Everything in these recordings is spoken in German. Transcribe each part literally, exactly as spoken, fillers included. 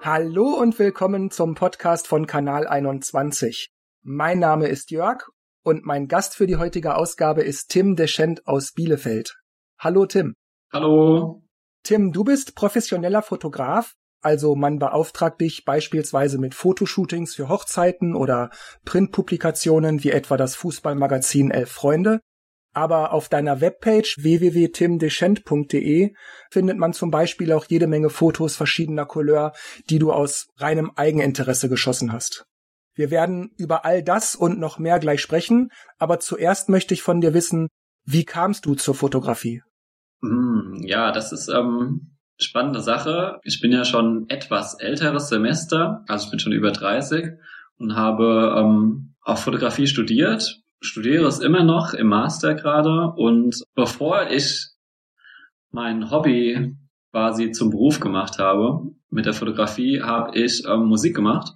Hallo und willkommen zum Podcast von Kanal einundzwanzig. Mein Name ist Jörg und mein Gast für die heutige Ausgabe ist Tim Deschent aus Bielefeld. Hallo Tim. Hallo. Tim, du bist professioneller Fotograf, also man beauftragt dich beispielsweise mit Fotoshootings für Hochzeiten oder Printpublikationen wie etwa das Fußballmagazin Elf Freunde. Aber auf deiner Webpage w w w punkt tim deschent punkt d e findet man zum Beispiel auch jede Menge Fotos verschiedener Couleur, die du aus reinem Eigeninteresse geschossen hast. Wir werden über all das und noch mehr gleich sprechen, aber zuerst möchte ich von dir wissen, wie kamst du zur Fotografie? Ja, das ist ähm, spannende Sache. Ich bin ja schon etwas älteres Semester, also ich bin schon über dreißig und habe ähm, auch Fotografie studiert. Studiere es immer noch im Master gerade und bevor ich mein Hobby quasi zum Beruf gemacht habe mit der Fotografie, habe ich ähm, Musik gemacht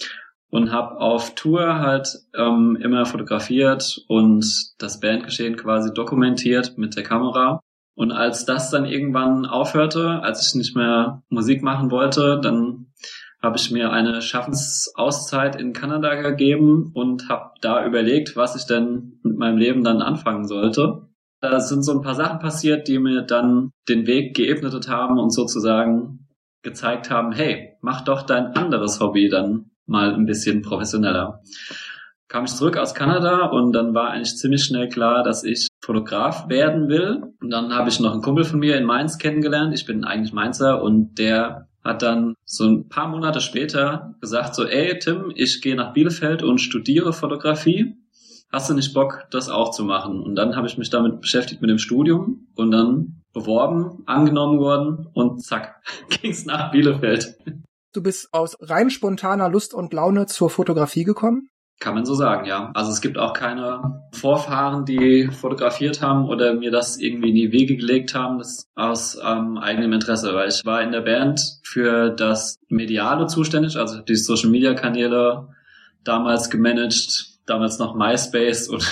und habe auf Tour halt ähm, immer fotografiert und das Bandgeschehen quasi dokumentiert mit der Kamera. Und als das dann irgendwann aufhörte, als ich nicht mehr Musik machen wollte, dann habe ich mir eine Schaffensauszeit in Kanada gegeben und habe da überlegt, was ich denn mit meinem Leben dann anfangen sollte. Da sind so ein paar Sachen passiert, die mir dann den Weg geebnet haben und sozusagen gezeigt haben, hey, mach doch dein anderes Hobby dann mal ein bisschen professioneller. Kam ich zurück aus Kanada und dann war eigentlich ziemlich schnell klar, dass ich Fotograf werden will. Und dann habe ich noch einen Kumpel von mir in Mainz kennengelernt. Ich bin eigentlich Mainzer und der hat dann so ein paar Monate später gesagt so, ey Tim, ich gehe nach Bielefeld und studiere Fotografie. Hast du nicht Bock, das auch zu machen? Und dann habe ich mich damit beschäftigt mit dem Studium und dann beworben, angenommen worden und zack, ging's nach Bielefeld. Du bist aus rein spontaner Lust und Laune zur Fotografie gekommen? Kann man so sagen, ja. Also es gibt auch keine Vorfahren, die fotografiert haben oder mir das irgendwie in die Wege gelegt haben, das aus ähm, eigenem Interesse, weil ich war in der Band für das Mediale zuständig, also die Social-Media-Kanäle damals gemanagt, damals noch MySpace und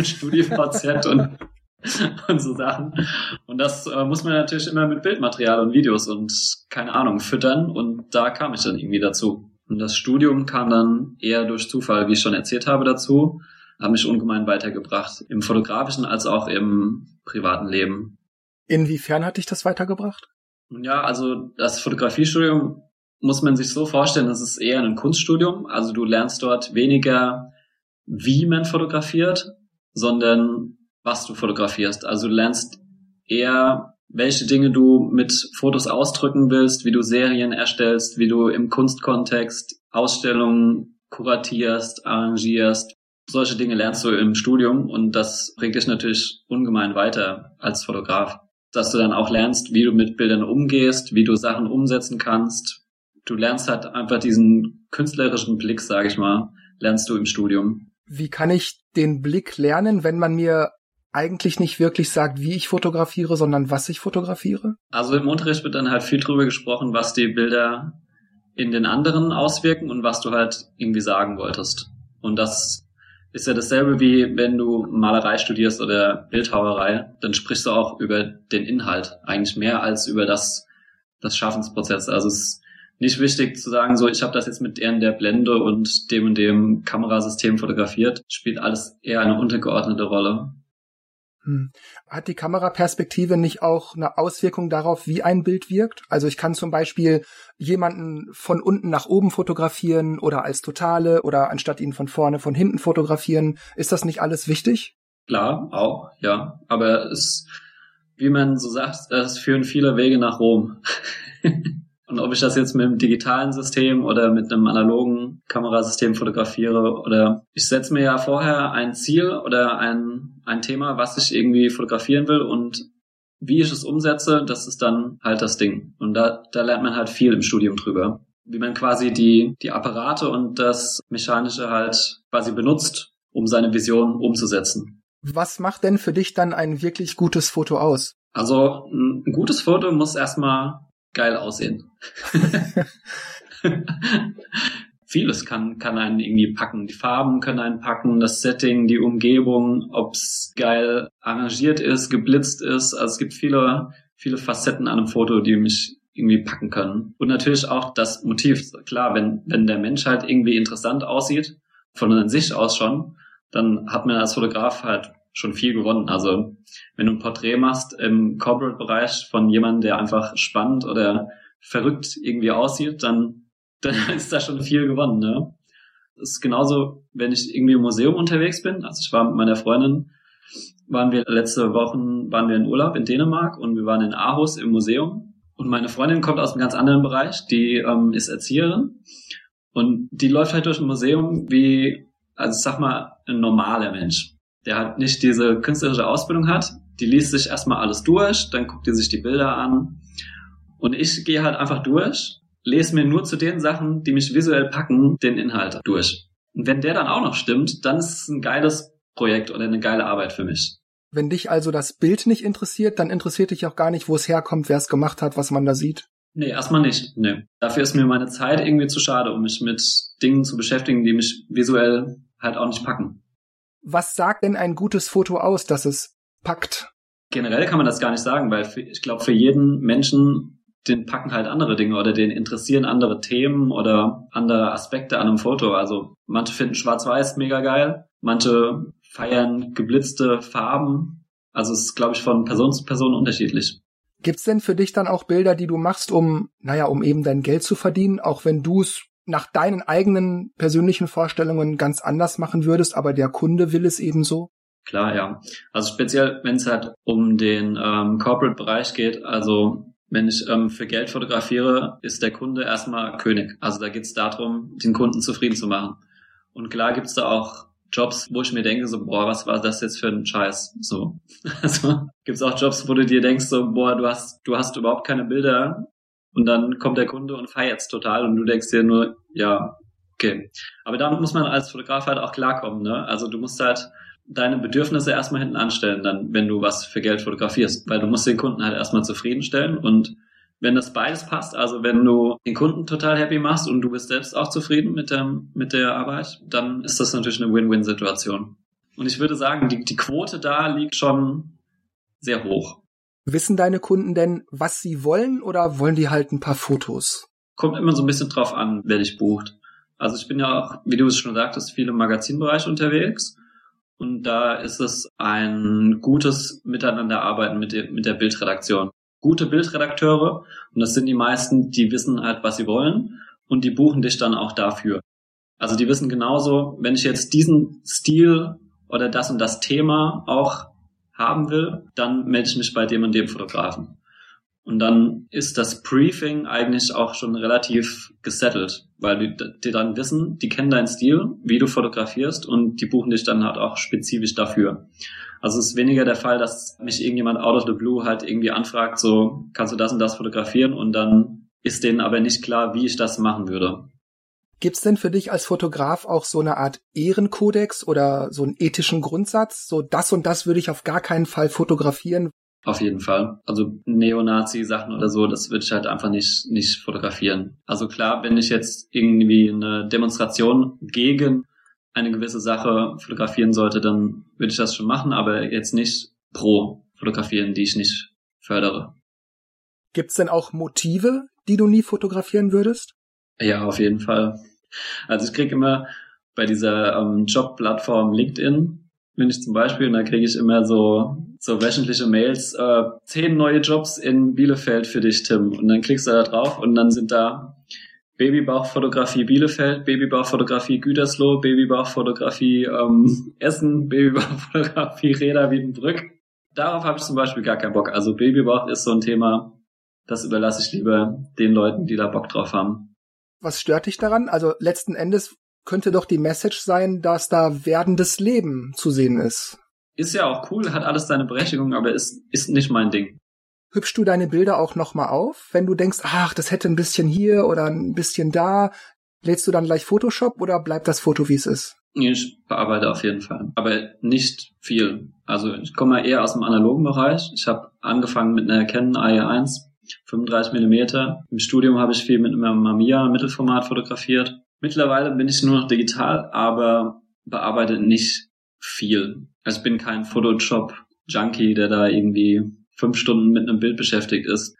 StudiVZ und, und so Sachen. Und das äh, muss man natürlich immer mit Bildmaterial und Videos und keine Ahnung füttern und da kam ich dann irgendwie dazu. Und das Studium kam dann eher durch Zufall, wie ich schon erzählt habe, dazu, hat mich ungemein weitergebracht, im fotografischen als auch im privaten Leben. Inwiefern hat dich das weitergebracht? Ja, also das Fotografiestudium muss man sich so vorstellen, das ist eher ein Kunststudium. Also du lernst dort weniger, wie man fotografiert, sondern was du fotografierst. Also du lernst eher, welche Dinge du mit Fotos ausdrücken willst, wie du Serien erstellst, wie du im Kunstkontext Ausstellungen kuratierst, arrangierst. Solche Dinge lernst du im Studium und das bringt dich natürlich ungemein weiter als Fotograf. Dass du dann auch lernst, wie du mit Bildern umgehst, wie du Sachen umsetzen kannst. Du lernst halt einfach diesen künstlerischen Blick, sage ich mal, lernst du im Studium. Wie kann ich den Blick lernen, wenn man mir eigentlich nicht wirklich sagt, wie ich fotografiere, sondern was ich fotografiere? Also im Unterricht wird dann halt viel drüber gesprochen, was die Bilder in den anderen auswirken und was du halt irgendwie sagen wolltest. Und das ist ja dasselbe wie wenn du Malerei studierst oder Bildhauerei, dann sprichst du auch über den Inhalt eigentlich mehr als über das, das Schaffensprozess. Also es ist nicht wichtig zu sagen, so ich habe das jetzt mit der, der Blende und dem und dem Kamerasystem fotografiert, spielt alles eher eine untergeordnete Rolle. Hm. Hat die Kameraperspektive nicht auch eine Auswirkung darauf, wie ein Bild wirkt? Also ich kann zum Beispiel jemanden von unten nach oben fotografieren oder als Totale oder anstatt ihn von vorne von hinten fotografieren. Ist das nicht alles wichtig? Klar, auch, ja. Aber es, wie man so sagt, es führen viele Wege nach Rom. Und ob ich das jetzt mit einem digitalen System oder mit einem analogen Kamerasystem fotografiere oder ich setze mir ja vorher ein Ziel oder ein, ein Thema, was ich irgendwie fotografieren will und wie ich es umsetze, das ist dann halt das Ding. Und da, da lernt man halt viel im Studium drüber. Wie man quasi die, die Apparate und das Mechanische halt quasi benutzt, um seine Vision umzusetzen. Was macht denn für dich dann ein wirklich gutes Foto aus? Also ein gutes Foto muss erstmal geil aussehen. Vieles kann kann einen irgendwie packen. Die Farben können einen packen, das Setting, die Umgebung, ob's geil arrangiert ist, geblitzt ist. Also es gibt viele viele Facetten an einem Foto, die mich irgendwie packen können. Und natürlich auch das Motiv. Klar, wenn, wenn der Mensch halt irgendwie interessant aussieht, von sich aus schon, dann hat man als Fotograf halt schon viel gewonnen. Also wenn du ein Porträt machst im Corporate-Bereich von jemandem, der einfach spannend oder verrückt irgendwie aussieht, dann, dann ist da schon viel gewonnen, ne? Das ist genauso, wenn ich irgendwie im Museum unterwegs bin. Also ich war mit meiner Freundin, waren wir letzte Wochen, waren wir in Urlaub in Dänemark und wir waren in Aarhus im Museum. Und meine Freundin kommt aus einem ganz anderen Bereich, die ähm, ist Erzieherin und die läuft halt durch ein Museum wie, also sag mal, ein normaler Mensch, der halt nicht diese künstlerische Ausbildung hat. Die liest sich erstmal alles durch, dann guckt die sich die Bilder an und ich gehe halt einfach durch, lese mir nur zu den Sachen, die mich visuell packen, den Inhalt durch. Und wenn der dann auch noch stimmt, dann ist es ein geiles Projekt oder eine geile Arbeit für mich. Wenn dich also das Bild nicht interessiert, dann interessiert dich auch gar nicht, wo es herkommt, wer es gemacht hat, was man da sieht? Nee, erstmal nicht. Nee. Dafür ist mir meine Zeit irgendwie zu schade, um mich mit Dingen zu beschäftigen, die mich visuell halt auch nicht packen. Was sagt denn ein gutes Foto aus, dass es packt? Generell kann man das gar nicht sagen, weil für, ich glaube, für jeden Menschen, den packen halt andere Dinge oder den interessieren andere Themen oder andere Aspekte an einem Foto. Also manche finden Schwarz-Weiß mega geil, manche feiern geblitzte Farben. Also es ist, glaube ich, von Person zu Person unterschiedlich. Gibt's denn für dich dann auch Bilder, die du machst, um, naja, um eben dein Geld zu verdienen, auch wenn du es nach deinen eigenen persönlichen Vorstellungen ganz anders machen würdest, aber der Kunde will es ebenso? Klar, ja. Also speziell, wenn es halt um den ähm, Corporate-Bereich geht, also wenn ich ähm, für Geld fotografiere, ist der Kunde erstmal König. Also da geht's darum, den Kunden zufrieden zu machen. Und klar gibt's da auch Jobs, wo ich mir denke, so, boah, was war das jetzt für ein Scheiß? So. Also gibt's auch Jobs, wo du dir denkst, so, boah, du hast, du hast überhaupt keine Bilder. Und dann kommt der Kunde und feiert's total und du denkst dir nur, ja, okay. Aber damit muss man als Fotograf halt auch klarkommen, ne? Also du musst halt deine Bedürfnisse erstmal hinten anstellen, dann, wenn du was für Geld fotografierst. Weil du musst den Kunden halt erstmal zufriedenstellen und wenn das beides passt, also wenn du den Kunden total happy machst und du bist selbst auch zufrieden mit der, mit der Arbeit, dann ist das natürlich eine Win-Win-Situation. Und ich würde sagen, die, die Quote da liegt schon sehr hoch. Wissen deine Kunden denn, was sie wollen oder wollen die halt ein paar Fotos? Kommt immer so ein bisschen drauf an, wer dich bucht. Also ich bin ja auch, wie du es schon sagtest, viel im Magazinbereich unterwegs. Und da ist es ein gutes Miteinanderarbeiten mit der, mit der Bildredaktion. Gute Bildredakteure, und das sind die meisten, die wissen halt, was sie wollen und die buchen dich dann auch dafür. Also die wissen genauso, wenn ich jetzt diesen Stil oder das und das Thema auch haben will, dann melde ich mich bei dem und dem Fotografen. Und dann ist das Briefing eigentlich auch schon relativ gesettelt, weil die, die dann wissen, die kennen deinen Stil, wie du fotografierst und die buchen dich dann halt auch spezifisch dafür. Also es ist weniger der Fall, dass mich irgendjemand out of the blue halt irgendwie anfragt, so kannst du das und das fotografieren und dann ist denen aber nicht klar, wie ich das machen würde. Gibt's denn für dich als Fotograf auch so eine Art Ehrenkodex oder so einen ethischen Grundsatz? So das und das würde ich auf gar keinen Fall fotografieren? Auf jeden Fall. Also Neonazi-Sachen oder so, das würde ich halt einfach nicht nicht fotografieren. Also klar, wenn ich jetzt irgendwie eine Demonstration gegen eine gewisse Sache fotografieren sollte, dann würde ich das schon machen, aber jetzt nicht pro fotografieren, die ich nicht fördere. Gibt's denn auch Motive, die du nie fotografieren würdest? Ja, auf jeden Fall. Also ich kriege immer bei dieser ähm, Jobplattform LinkedIn, bin ich zum Beispiel, und da kriege ich immer so so wöchentliche Mails, äh, zehn neue Jobs in Bielefeld für dich, Tim. Und dann klickst du da drauf und dann sind da Babybauchfotografie Bielefeld, Babybauchfotografie Gütersloh, Babybauchfotografie ähm, Essen, Babybauchfotografie Reda Wiedenbrück. Darauf habe ich zum Beispiel gar keinen Bock. Also Babybauch ist so ein Thema, das überlasse ich lieber den Leuten, die da Bock drauf haben. Was stört dich daran? Also letzten Endes könnte doch die Message sein, dass da werdendes Leben zu sehen ist. Ist ja auch cool, hat alles seine Berechtigung, aber ist ist nicht mein Ding. Hübschst du deine Bilder auch nochmal auf, wenn du denkst, ach, das hätte ein bisschen hier oder ein bisschen da? Lädst du dann gleich Photoshop oder bleibt das Foto, wie es ist? Ich bearbeite auf jeden Fall, aber nicht viel. Also ich komme eher aus dem analogen Bereich. Ich habe angefangen mit einer Canon I E eins, fünfunddreißig Millimeter. Im Studium habe ich viel mit einem Mamiya Mittelformat fotografiert. Mittlerweile bin ich nur noch digital, aber bearbeite nicht viel. Also ich bin kein Photoshop-Junkie, der da irgendwie fünf Stunden mit einem Bild beschäftigt ist.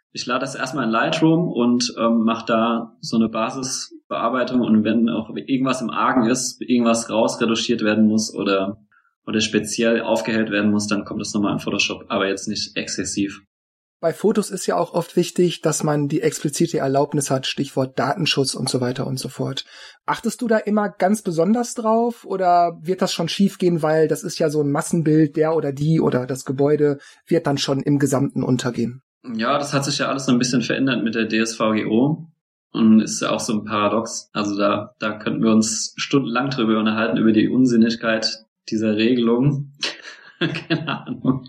Ich lade das erstmal in Lightroom und ähm, mache da so eine Basisbearbeitung, und wenn auch irgendwas im Argen ist, irgendwas rausretuschiert werden muss oder oder speziell aufgehellt werden muss, dann kommt das nochmal in Photoshop, aber jetzt nicht exzessiv. Bei Fotos ist ja auch oft wichtig, dass man die explizite Erlaubnis hat, Stichwort Datenschutz und so weiter und so fort. Achtest du da immer ganz besonders drauf oder wird das schon schiefgehen, weil das ist ja so ein Massenbild, der oder die oder das Gebäude wird dann schon im Gesamten untergehen? Ja, das hat sich ja alles so ein bisschen verändert mit der D S V G O und ist ja auch so ein Paradox. Also da, da könnten wir uns stundenlang drüber unterhalten, über die Unsinnigkeit dieser Regelung. Keine Ahnung.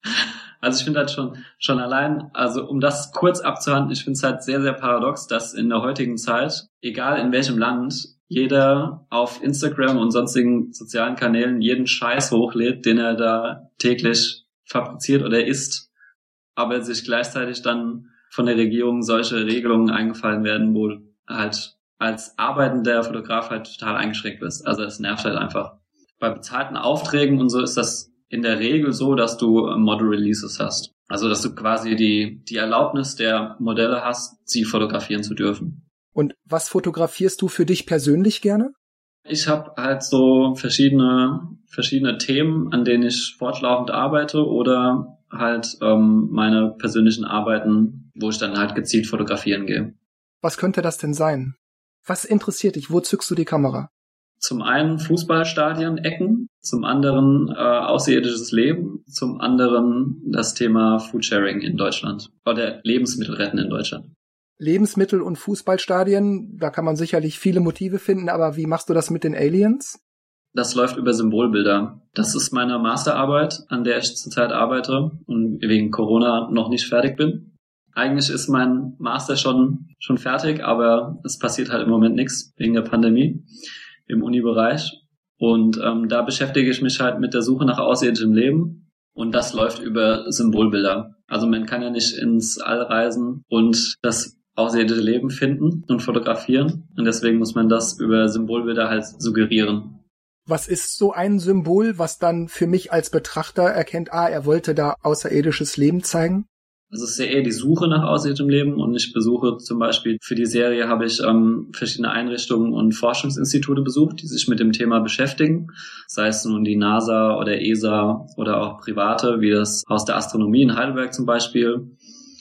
Also ich finde halt schon, schon allein, also um das kurz abzuhandeln, ich finde es halt sehr, sehr paradox, dass in der heutigen Zeit, egal in welchem Land, jeder auf Instagram und sonstigen sozialen Kanälen jeden Scheiß hochlädt, den er da täglich fabriziert oder isst, aber sich gleichzeitig dann von der Regierung solche Regelungen eingefallen werden, wo halt als arbeitender Fotograf halt total eingeschränkt bist. Also das nervt halt einfach. Bei bezahlten Aufträgen und so ist das in der Regel so, dass du Model Releases hast. Also dass du quasi die die Erlaubnis der Modelle hast, sie fotografieren zu dürfen. Und was fotografierst du für dich persönlich gerne? Ich habe halt so verschiedene verschiedene Themen, an denen ich fortlaufend arbeite oder halt ähm, meine persönlichen Arbeiten, wo ich dann halt gezielt fotografieren gehe. Was könnte das denn sein? Was interessiert dich? Wo zückst du die Kamera? Zum einen Fußballstadien, Ecken, zum anderen äh, außerirdisches Leben, zum anderen das Thema Foodsharing in Deutschland oder Lebensmittel retten in Deutschland. Lebensmittel und Fußballstadien, da kann man sicherlich viele Motive finden, aber wie machst du das mit den Aliens? Das läuft über Symbolbilder. Das ist meine Masterarbeit, an der ich zurzeit arbeite und wegen Corona noch nicht fertig bin. Eigentlich ist mein Master schon schon fertig, aber es passiert halt im Moment nichts wegen der Pandemie im Uni-Bereich. Und ähm, da beschäftige ich mich halt mit der Suche nach außerirdischem Leben. Und das läuft über Symbolbilder. Also man kann ja nicht ins All reisen und das außerirdische Leben finden und fotografieren. Und deswegen muss man das über Symbolbilder halt suggerieren. Was ist so ein Symbol, was dann für mich als Betrachter erkennt, ah, er wollte da außerirdisches Leben zeigen? Es ist ja eher die Suche nach außerirdischen Leben, und ich besuche zum Beispiel für die Serie habe ich ähm, verschiedene Einrichtungen und Forschungsinstitute besucht, die sich mit dem Thema beschäftigen, sei es nun die NASA oder E S A oder auch private, wie das Haus der Astronomie in Heidelberg zum Beispiel.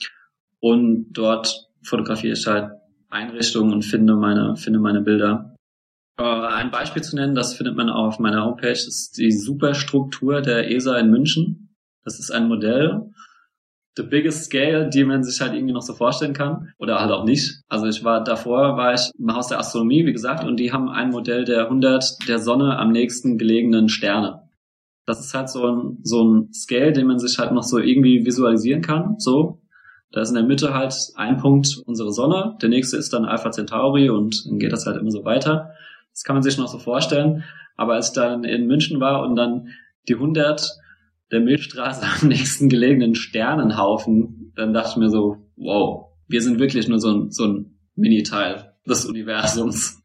Und dort fotografiere ich halt Einrichtungen und finde meine finde meine Bilder. Äh, ein Beispiel zu nennen, das findet man auch auf meiner Homepage, ist die Superstruktur der E S A in München. Das ist ein Modell, the biggest scale, die man sich halt irgendwie noch so vorstellen kann. Oder halt auch nicht. Also ich war, davor war ich im Haus der Astronomie, wie gesagt, und die haben ein Modell der hundert der Sonne am nächsten gelegenen Sterne. Das ist halt so ein, so ein Scale, den man sich halt noch so irgendwie visualisieren kann, so. Da ist in der Mitte halt ein Punkt unsere Sonne, der nächste ist dann Alpha Centauri und dann geht das halt immer so weiter. Das kann man sich noch so vorstellen. Aber als ich dann in München war und dann die hundert der Milchstraße am nächsten gelegenen Sternenhaufen, dann dachte ich mir so, wow, wir sind wirklich nur so ein, so ein Mini-Teil des Universums.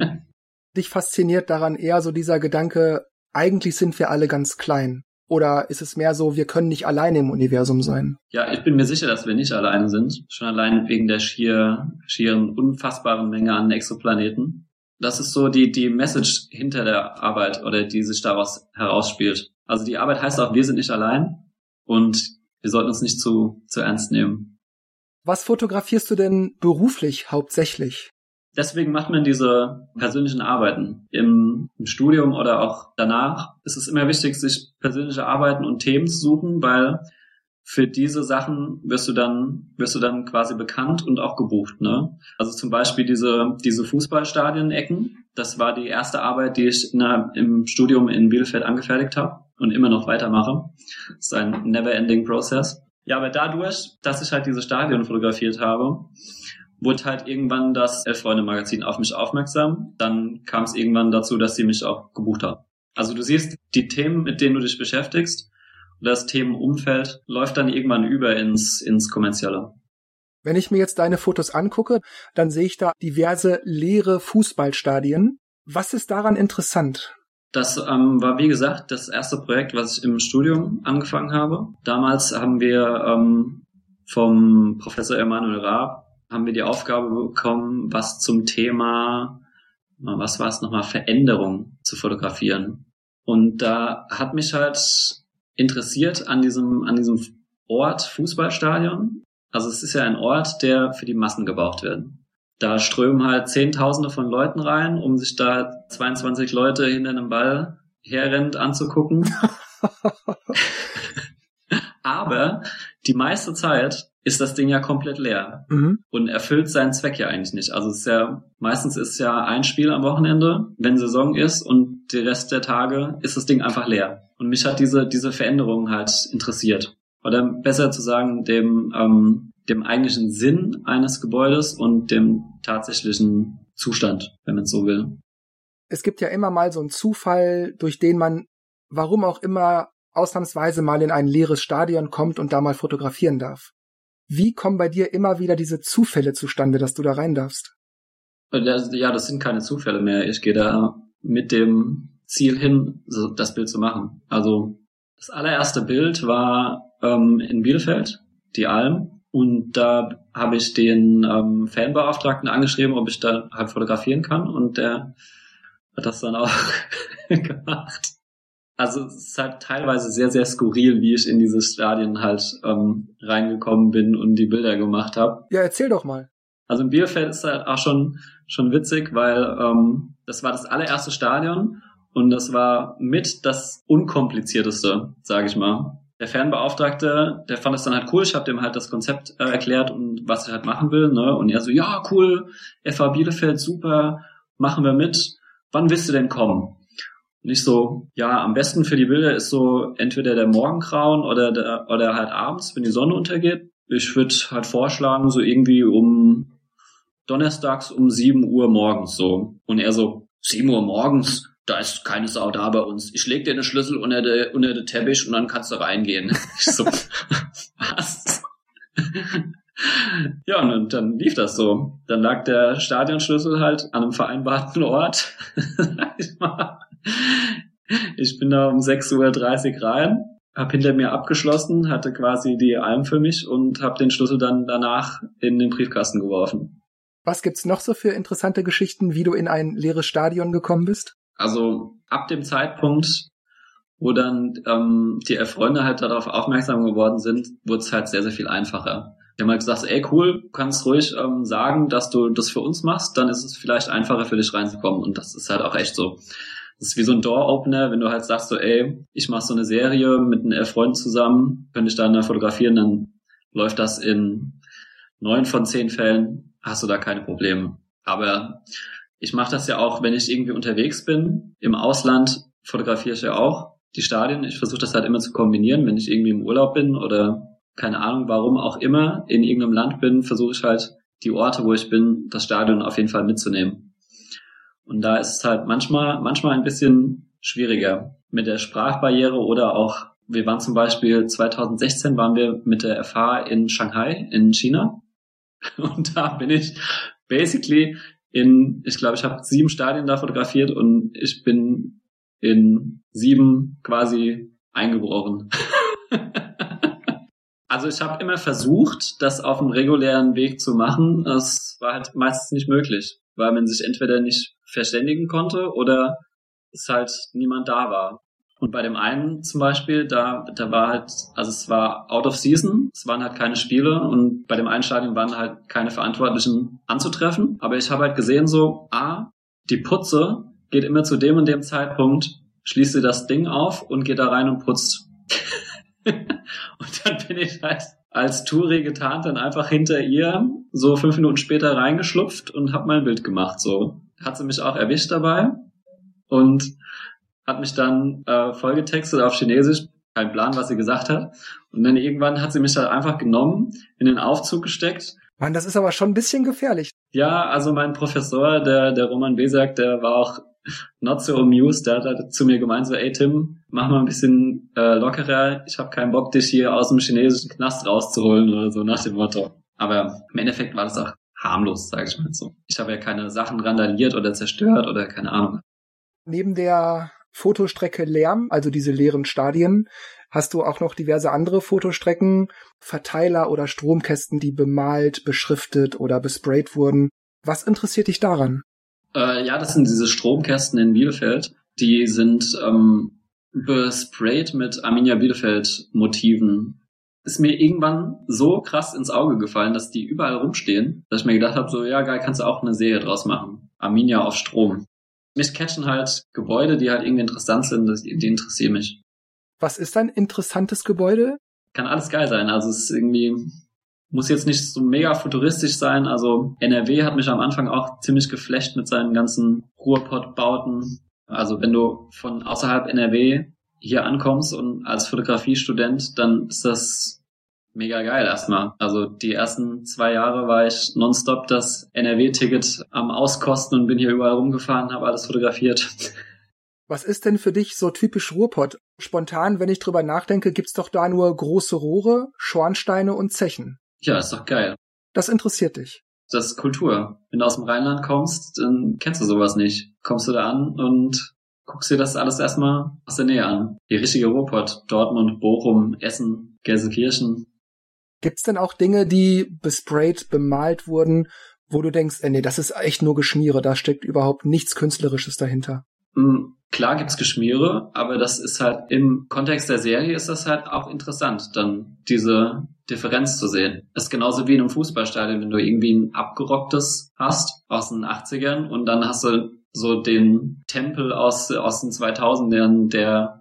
Dich fasziniert daran eher so dieser Gedanke, eigentlich sind wir alle ganz klein. Oder ist es mehr so, wir können nicht alleine im Universum sein? Ja, ich bin mir sicher, dass wir nicht alleine sind. Schon allein wegen der schier, schieren, unfassbaren Menge an Exoplaneten. Das ist so die, die Message hinter der Arbeit oder die sich daraus herausspielt. Also die Arbeit heißt auch, wir sind nicht allein und wir sollten uns nicht zu, zu ernst nehmen. Was fotografierst du denn beruflich hauptsächlich? Deswegen macht man diese persönlichen Arbeiten. Im, im Studium oder auch danach ist es immer wichtig, sich persönliche Arbeiten und Themen zu suchen, weil für diese Sachen wirst du dann, wirst du dann quasi bekannt und auch gebucht, ne? Also zum Beispiel diese, diese Fußballstadien-Ecken. Das war die erste Arbeit, die ich in der, im Studium in Bielefeld angefertigt habe und immer noch weitermache. Das ist ein never-ending Process. Ja, aber dadurch, dass ich halt diese Stadien fotografiert habe, wurde halt irgendwann das Elf-Freunde-Magazin auf mich aufmerksam. Dann kam es irgendwann dazu, dass sie mich auch gebucht haben. Also du siehst, die Themen, mit denen du dich beschäftigst, das Themenumfeld läuft dann irgendwann über ins, ins Kommerzielle. Wenn ich mir jetzt deine Fotos angucke, dann sehe ich da diverse leere Fußballstadien. Was ist daran interessant? Das ähm, war, wie gesagt, das erste Projekt, was ich im Studium angefangen habe. Damals haben wir ähm, vom Professor Emanuel Raab haben wir die Aufgabe bekommen, was zum Thema, was war es nochmal, Veränderung zu fotografieren. Und da hat mich halt interessiert an diesem, an diesem Ort Fußballstadion. Also es ist ja ein Ort, der für die Massen gebraucht wird. Da strömen halt Zehntausende von Leuten rein, um sich da zweiundzwanzig Leute hinter einem Ball herrennt anzugucken. Aber die meiste Zeit ist das Ding ja komplett leer mhm. und erfüllt seinen Zweck ja eigentlich nicht. Also es ist ja, meistens ist ja ein Spiel am Wochenende, wenn Saison ist, und der Rest der Tage ist das Ding einfach leer. Und mich hat diese, diese Veränderung halt interessiert. Oder besser zu sagen, dem, ähm, dem eigentlichen Sinn eines Gebäudes und dem tatsächlichen Zustand, wenn man es so will. Es gibt ja immer mal so einen Zufall, durch den man, warum auch immer, ausnahmsweise mal in ein leeres Stadion kommt und da mal fotografieren darf. Wie kommen bei dir immer wieder diese Zufälle zustande, dass du da rein darfst? Ja, das sind keine Zufälle mehr. Ich gehe da mit dem Ziel hin, das Bild zu machen. Also das allererste Bild war ähm, in Bielefeld, die Alm. Und da habe ich den ähm, Fanbeauftragten angeschrieben, ob ich da halt fotografieren kann. Und der hat das dann auch gemacht. Also es ist halt teilweise sehr, sehr skurril, wie ich in dieses Stadion halt ähm, reingekommen bin und die Bilder gemacht habe. Ja, erzähl doch mal. Also in Bielefeld ist halt auch schon schon witzig, weil ähm, das war das allererste Stadion und das war mit das unkomplizierteste, sage ich mal. Der Fanbeauftragte, der fand es dann halt cool. Ich habe dem halt das Konzept äh, erklärt und was ich halt machen will, ne? Und er so, ja, cool, F A Bielefeld, super, machen wir mit. Wann willst du denn kommen? Und ich so, ja, am besten für die Bilder ist so entweder der Morgengrauen oder der, oder halt abends, wenn die Sonne untergeht. Ich würde halt vorschlagen, so irgendwie um donnerstags um sieben Uhr morgens so. Und er so, sieben Uhr morgens? Da ist keine Sau da bei uns. Ich leg dir den Schlüssel unter den unter den Teppich und dann kannst du reingehen. Ich so, was? Ja, und dann lief das so. Dann lag der Stadionschlüssel halt an einem vereinbarten Ort. Sag ich mal. Ich bin da um sechs Uhr dreißig rein, hab hinter mir abgeschlossen, hatte quasi die Alm für mich und hab den Schlüssel dann danach in den Briefkasten geworfen. Was gibt's noch so für interessante Geschichten, wie du in ein leeres Stadion gekommen bist? Also ab dem Zeitpunkt, wo dann ähm, die Freunde halt darauf aufmerksam geworden sind, wurde es halt sehr, sehr viel einfacher. Die haben halt gesagt, ey cool, du kannst ruhig ähm, sagen, dass du das für uns machst, dann ist es vielleicht einfacher für dich reinzukommen, und das ist halt auch echt so. Das ist wie so ein Door-Opener, wenn du halt sagst so, ey, ich mache so eine Serie mit einem Freund zusammen, könnte ich da dann fotografieren, dann läuft das in neun von zehn Fällen, hast du da keine Probleme. Aber ich mache das ja auch, wenn ich irgendwie unterwegs bin, im Ausland fotografiere ich ja auch die Stadien. Ich versuche das halt immer zu kombinieren, wenn ich irgendwie im Urlaub bin oder keine Ahnung, warum auch immer, in irgendeinem Land bin, versuche ich halt die Orte, wo ich bin, das Stadion auf jeden Fall mitzunehmen. Und da ist es halt manchmal, manchmal ein bisschen schwieriger mit der Sprachbarriere oder auch, wir waren zum Beispiel zwanzig sechzehn waren wir mit der F H in Shanghai in China. Und da bin ich basically in, ich glaube, ich habe sieben Stadien da fotografiert und ich bin in sieben quasi eingebrochen. Also ich habe immer versucht, das auf einem regulären Weg zu machen. Das war halt meistens nicht möglich, weil man sich entweder nicht verständigen konnte oder es halt niemand da war. Und bei dem einen zum Beispiel, da da war halt, also es war out of season, es waren halt keine Spiele und bei dem einen Stadion waren halt keine Verantwortlichen anzutreffen. Aber ich habe halt gesehen so, ah, die Putze geht immer zu dem und dem Zeitpunkt, schließt sie das Ding auf und geht da rein und putzt. Und dann bin ich halt als Touri getarnt dann einfach hinter ihr so fünf Minuten später reingeschlupft und hab mein Bild gemacht. So hat sie mich auch erwischt dabei und hat mich dann äh, vollgetextet auf Chinesisch, kein Plan, was sie gesagt hat. Und dann irgendwann hat sie mich halt einfach genommen, in den Aufzug gesteckt. Mann, das ist aber schon ein bisschen gefährlich. Ja, also mein Professor, der der Roman Besak, der war auch not so amused, der hat halt zu mir gemeint so, ey Tim, mach mal ein bisschen äh, lockerer, ich habe keinen Bock, dich hier aus dem chinesischen Knast rauszuholen oder so nach dem Motto. Aber im Endeffekt war das auch harmlos, sage ich mal so. Ich habe ja keine Sachen randaliert oder zerstört oder keine Ahnung. Neben der Fotostrecke Lärm, also diese leeren Stadien, hast du auch noch diverse andere Fotostrecken, Verteiler oder Stromkästen, die bemalt, beschriftet oder besprayt wurden. Was interessiert dich daran? Äh, ja, das sind diese Stromkästen in Bielefeld. Die sind ähm, besprayt mit Arminia Bielefeld Motiven. Ist mir irgendwann so krass ins Auge gefallen, dass die überall rumstehen, dass ich mir gedacht habe, so ja geil, kannst du auch eine Serie draus machen. Arminia auf Strom. Mich catchen halt Gebäude, die halt irgendwie interessant sind, die, die interessieren mich. Was ist ein interessantes Gebäude? Kann alles geil sein, also es ist irgendwie, muss jetzt nicht so mega futuristisch sein, also N R W hat mich am Anfang auch ziemlich geflasht mit seinen ganzen Ruhrpott-Bauten. Also wenn du von außerhalb N R W hier ankommst und als Fotografiestudent, dann ist das mega geil erstmal. Also die ersten zwei Jahre war ich nonstop das N R W-Ticket am Auskosten und bin hier überall rumgefahren, habe alles fotografiert. Was ist denn für dich so typisch Ruhrpott? Spontan, wenn ich drüber nachdenke, gibt's doch da nur große Rohre, Schornsteine und Zechen. Ja, ist doch geil. Das interessiert dich. Das ist Kultur. Wenn du aus dem Rheinland kommst, dann kennst du sowas nicht. Kommst du da an und guckst dir das alles erstmal aus der Nähe an. Die richtige Ruhrpott. Dortmund, Bochum, Essen, Gelsenkirchen. Gibt's denn auch Dinge, die besprayt, bemalt wurden, wo du denkst, äh, nee, das ist echt nur Geschmiere, da steckt überhaupt nichts Künstlerisches dahinter? Mhm. Klar gibt's Geschmiere, aber das ist halt im Kontext der Serie ist das halt auch interessant, dann diese Differenz zu sehen. Das ist genauso wie in einem Fußballstadion, wenn du irgendwie ein abgerocktes hast aus den achtzigern und dann hast du so den Tempel aus aus den zweitausendern, der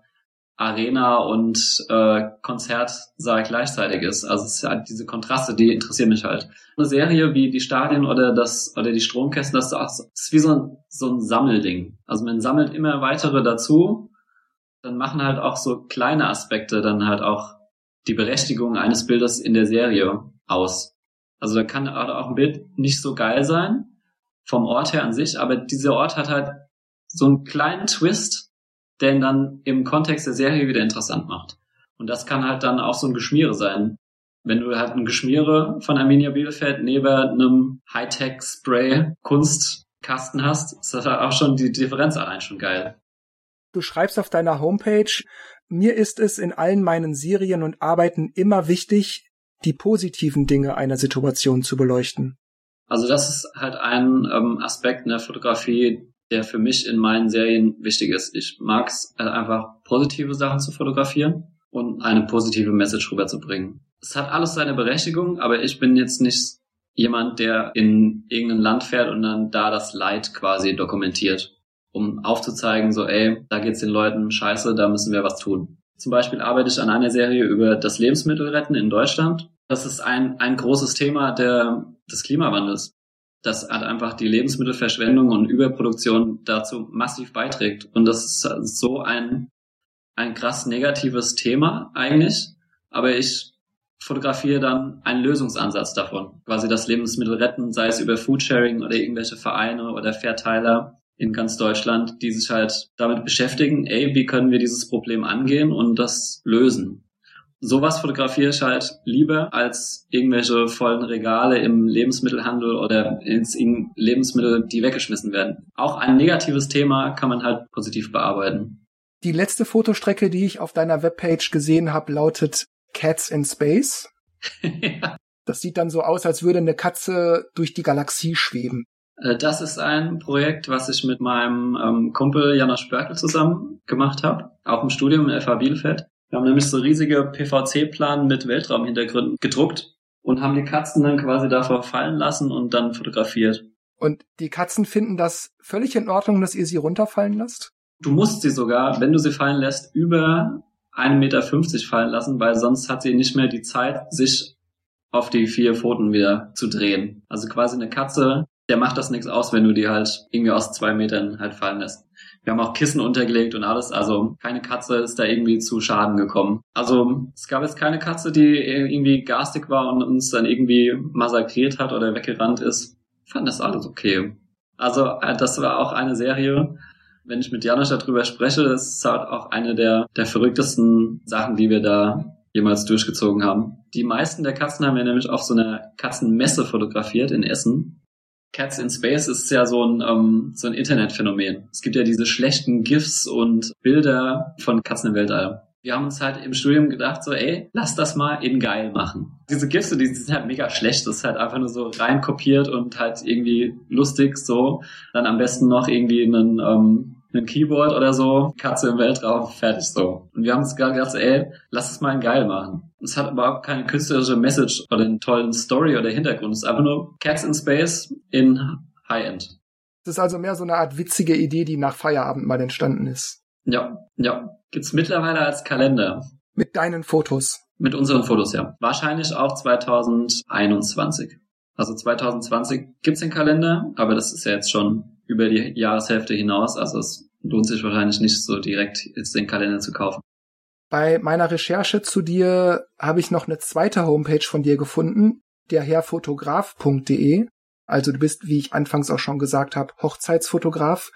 Arena und äh, Konzertsaal gleichzeitig ist. Also es ist halt diese Kontraste, die interessieren mich halt. Eine Serie wie die Stadien oder das oder die Stromkästen, das ist, auch, das ist wie so ein, so ein Sammelding. Also man sammelt immer weitere dazu, dann machen halt auch so kleine Aspekte dann halt auch die Berechtigung eines Bildes in der Serie aus. Also da kann auch ein Bild nicht so geil sein, vom Ort her an sich, aber dieser Ort hat halt so einen kleinen Twist, der ihn dann im Kontext der Serie wieder interessant macht. Und das kann halt dann auch so ein Geschmiere sein. Wenn du halt ein Geschmiere von Arminia Bielefeld neben einem Hightech-Spray-Kunstkasten hast, ist das halt auch schon die Differenz allein schon geil. Du schreibst auf deiner Homepage, mir ist es in allen meinen Serien und Arbeiten immer wichtig, die positiven Dinge einer Situation zu beleuchten. Also das ist halt ein ähm, Aspekt in der Fotografie, der für mich in meinen Serien wichtig ist. Ich mag es halt einfach, positive Sachen zu fotografieren und eine positive Message rüberzubringen. Es hat alles seine Berechtigung, aber ich bin jetzt nicht jemand, der in irgendein Land fährt und dann da das Leid quasi dokumentiert, um aufzuzeigen, so ey, da geht's den Leuten scheiße, da müssen wir was tun. Zum Beispiel arbeite ich an einer Serie über das Lebensmittelretten in Deutschland. Das ist ein ein großes Thema der des Klimawandels. Das hat einfach die Lebensmittelverschwendung und Überproduktion dazu massiv beiträgt. Und das ist so ein ein krass negatives Thema eigentlich. Aber ich fotografiere dann einen Lösungsansatz davon. Quasi das Lebensmittel retten, sei es über Foodsharing oder irgendwelche Vereine oder Verteiler in ganz Deutschland, die sich halt damit beschäftigen, ey, wie können wir dieses Problem angehen und das lösen. Sowas fotografiere ich halt lieber als irgendwelche vollen Regale im Lebensmittelhandel oder ins Lebensmittel, die weggeschmissen werden. Auch ein negatives Thema kann man halt positiv bearbeiten. Die letzte Fotostrecke, die ich auf deiner Webpage gesehen habe, lautet Cats in Space. Ja. Das sieht dann so aus, als würde eine Katze durch die Galaxie schweben. Das ist ein Projekt, was ich mit meinem ähm, Kumpel Janosch Börkel zusammen gemacht habe, auch im Studium in F H Bielefeld. Wir haben nämlich so riesige P V C-Planen mit Weltraumhintergründen gedruckt und haben die Katzen dann quasi davor fallen lassen und dann fotografiert. Und die Katzen finden das völlig in Ordnung, dass ihr sie runterfallen lasst? Du musst sie sogar, wenn du sie fallen lässt, über einen Meter fünfzig fallen lassen, weil sonst hat sie nicht mehr die Zeit, sich auf die vier Pfoten wieder zu drehen. Also quasi eine Katze, der macht das nichts aus, wenn du die halt irgendwie aus zwei Metern halt fallen lässt. Wir haben auch Kissen untergelegt und alles, also keine Katze ist da irgendwie zu Schaden gekommen. Also es gab jetzt keine Katze, die irgendwie garstig war und uns dann irgendwie massakriert hat oder weggerannt ist. Ich fand das alles okay. Also das war auch eine Serie, wenn ich mit Janosch darüber spreche, das ist halt auch eine der, der verrücktesten Sachen, die wir da jemals durchgezogen haben. Die meisten der Katzen haben wir nämlich auf so einer Katzenmesse fotografiert in Essen. Cats in Space ist ja so ein, ähm, so ein Internetphänomen. Es gibt ja diese schlechten GIFs und Bilder von Katzen im Weltall. Wir haben uns halt im Studium gedacht, so, ey, lass das mal in geil machen. Diese GIFs, die sind halt mega schlecht. Das ist halt einfach nur so rein kopiert und halt irgendwie lustig, so. Dann am besten noch irgendwie einen, ähm, ein Keyboard oder so, Katze im Weltraum, fertig so. Und wir haben uns gedacht, ey, lass es mal in geil machen. Es hat überhaupt keine künstlerische Message oder einen tollen Story oder Hintergrund. Es ist einfach nur Cats in Space in High-End. Das ist also mehr so eine Art witzige Idee, die nach Feierabend mal entstanden ist. Ja, ja. Gibt's mittlerweile als Kalender. Mit deinen Fotos. Mit unseren Fotos, ja. Wahrscheinlich auch zwanzig einundzwanzig. Also zwanzig zwanzig gibt's den Kalender, aber das ist ja jetzt schon über die Jahreshälfte hinaus. Also es lohnt sich wahrscheinlich nicht so direkt jetzt den Kalender zu kaufen. Bei meiner Recherche zu dir habe ich noch eine zweite Homepage von dir gefunden, der herrfotograf punkt de. Also du bist, wie ich anfangs auch schon gesagt habe, Hochzeitsfotograf.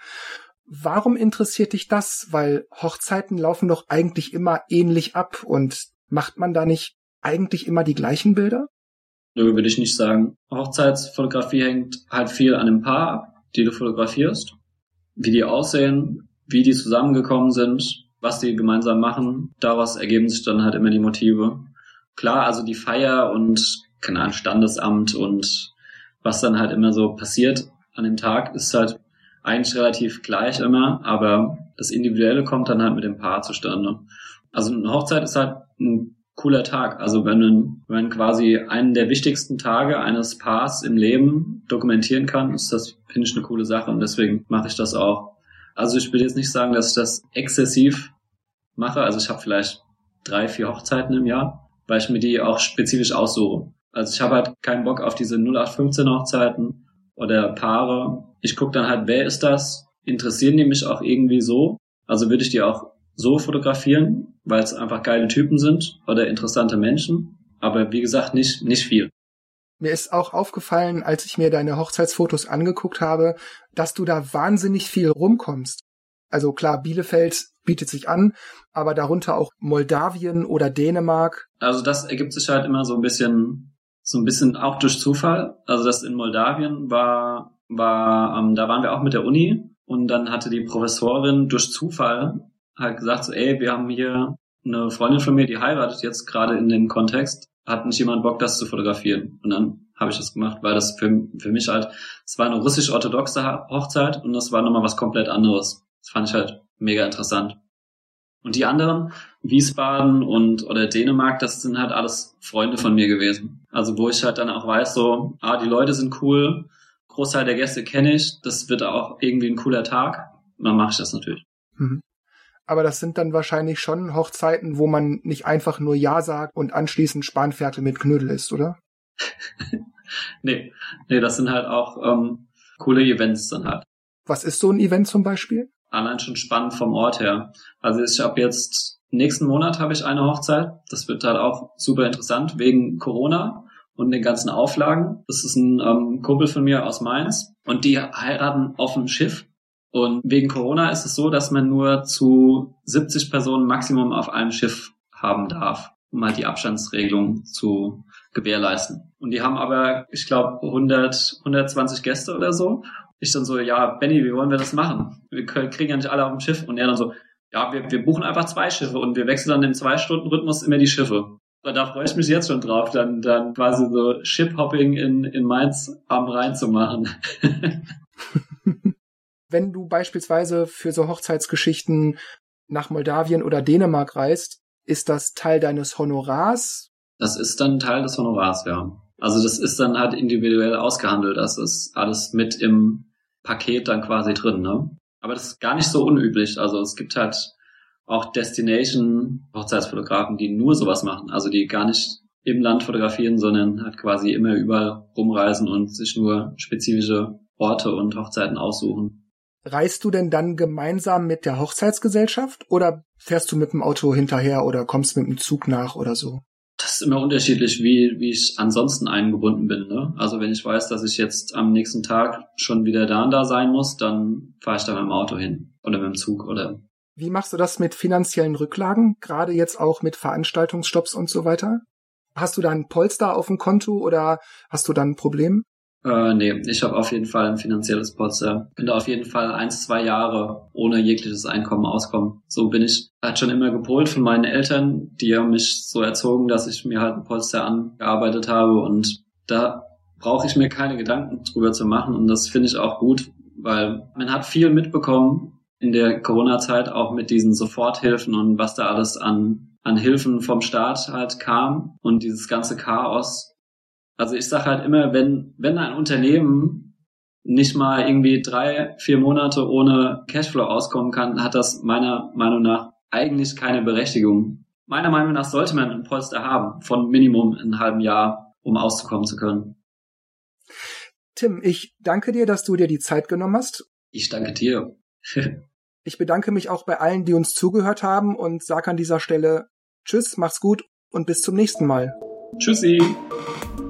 Warum interessiert dich das? Weil Hochzeiten laufen doch eigentlich immer ähnlich ab und macht man da nicht eigentlich immer die gleichen Bilder? Nö, würde ich nicht sagen. Hochzeitsfotografie hängt halt viel an dem Paar ab, die du fotografierst. Wie die aussehen, wie die zusammengekommen sind, was die gemeinsam machen. Daraus ergeben sich dann halt immer die Motive. Klar, also die Feier und, keine Ahnung, Standesamt und was dann halt immer so passiert an dem Tag, ist halt eigentlich relativ gleich immer, aber das Individuelle kommt dann halt mit dem Paar zustande. Also eine Hochzeit ist halt ein cooler Tag. Also wenn man, wenn man quasi einen der wichtigsten Tage eines Paars im Leben dokumentieren kann, ist das, finde ich, eine coole Sache und deswegen mache ich das auch. Also ich will jetzt nicht sagen, dass ich das exzessiv mache. Also ich habe vielleicht drei, vier Hochzeiten im Jahr, weil ich mir die auch spezifisch aussuche. Also ich habe halt keinen Bock auf diese null acht fünfzehn Hochzeiten oder Paare. Ich gucke dann halt, wer ist das? Interessieren die mich auch irgendwie so? Also würde ich die auch so fotografieren, weil es einfach geile Typen sind oder interessante Menschen. Aber wie gesagt, nicht, nicht viel. Mir ist auch aufgefallen, als ich mir deine Hochzeitsfotos angeguckt habe, dass du da wahnsinnig viel rumkommst. Also klar, Bielefeld bietet sich an, aber darunter auch Moldawien oder Dänemark. Also das ergibt sich halt immer so ein bisschen, so ein bisschen auch durch Zufall. Also das in Moldawien war, war, ähm, da waren wir auch mit der Uni und dann hatte die Professorin durch Zufall halt gesagt so, ey, wir haben hier eine Freundin von mir, die heiratet jetzt gerade in dem Kontext. Hat nicht jemand Bock, das zu fotografieren? Und dann habe ich das gemacht, weil das für, für mich halt, es war eine russisch-orthodoxe Hochzeit und das war nochmal was komplett anderes. Das fand ich halt mega interessant. Und die anderen, Wiesbaden und oder Dänemark, das sind halt alles Freunde von mir gewesen. Also wo ich halt dann auch weiß, so, ah, die Leute sind cool, Großteil der Gäste kenne ich, das wird auch irgendwie ein cooler Tag. Und dann mache ich das natürlich. Mhm. Aber das sind dann wahrscheinlich schon Hochzeiten, wo man nicht einfach nur Ja sagt und anschließend Spanferkel mit Knödel isst, oder? nee, nee, das sind halt auch ähm, coole Events dann halt. Was ist so ein Event zum Beispiel? Allein schon spannend vom Ort her. Also ich habe jetzt, nächsten Monat habe ich eine Hochzeit. Das wird halt auch super interessant wegen Corona und den ganzen Auflagen. Das ist ein ähm, Kumpel von mir aus Mainz und die heiraten auf dem Schiff. Und wegen Corona ist es so, dass man nur zu siebzig Personen Maximum auf einem Schiff haben darf, um halt die Abstandsregelung zu gewährleisten. Und die haben aber, ich glaube, hundert, hundertzwanzig Gäste oder so. Ich dann so, ja, Benny, wie wollen wir das machen? Wir kriegen ja nicht alle auf dem Schiff. Und er dann so, ja, wir, wir buchen einfach zwei Schiffe und wir wechseln dann im Zwei-Stunden-Rhythmus immer die Schiffe. Und da freue ich mich jetzt schon drauf, dann, dann quasi so Ship-Hopping in, in Mainz am Rhein zu machen. Wenn du beispielsweise für so Hochzeitsgeschichten nach Moldawien oder Dänemark reist, ist das Teil deines Honorars? Das ist dann Teil des Honorars, ja. Also das ist dann halt individuell ausgehandelt. Das ist alles mit im Paket dann quasi drin, ne? Aber das ist gar nicht so unüblich. Also es gibt halt auch Destination-Hochzeitsfotografen, die nur sowas machen. Also die gar nicht im Land fotografieren, sondern halt quasi immer überall rumreisen und sich nur spezifische Orte und Hochzeiten aussuchen. Reist du denn dann gemeinsam mit der Hochzeitsgesellschaft oder fährst du mit dem Auto hinterher oder kommst mit dem Zug nach oder so? Das ist immer unterschiedlich, wie wie ich ansonsten eingebunden bin, ne? Also wenn ich weiß, dass ich jetzt am nächsten Tag schon wieder da und da sein muss, dann fahre ich da mit dem Auto hin oder mit dem Zug oder. Wie machst du das mit finanziellen Rücklagen, gerade jetzt auch mit Veranstaltungsstopps und so weiter? Hast du da ein Polster auf dem Konto oder hast du da ein Problem? Äh, nee, ich habe auf jeden Fall ein finanzielles Polster. Bin da auf jeden Fall eins, zwei Jahre ohne jegliches Einkommen auskommen. So bin ich halt schon immer gepolt von meinen Eltern. Die haben mich so erzogen, dass ich mir halt ein Polster angearbeitet habe und da brauche ich mir keine Gedanken drüber zu machen und das finde ich auch gut, weil man hat viel mitbekommen in der Corona-Zeit, auch mit diesen Soforthilfen und was da alles an, an Hilfen vom Staat halt kam und dieses ganze Chaos. Also ich sage halt immer, wenn wenn ein Unternehmen nicht mal irgendwie drei, vier Monate ohne Cashflow auskommen kann, hat das meiner Meinung nach eigentlich keine Berechtigung. Meiner Meinung nach sollte man ein Polster haben von Minimum einem halben Jahr, um auszukommen zu können. Tim, ich danke dir, dass du dir die Zeit genommen hast. Ich danke dir. Ich bedanke mich auch bei allen, die uns zugehört haben und sage an dieser Stelle Tschüss, macht's gut und bis zum nächsten Mal. Tschüssi.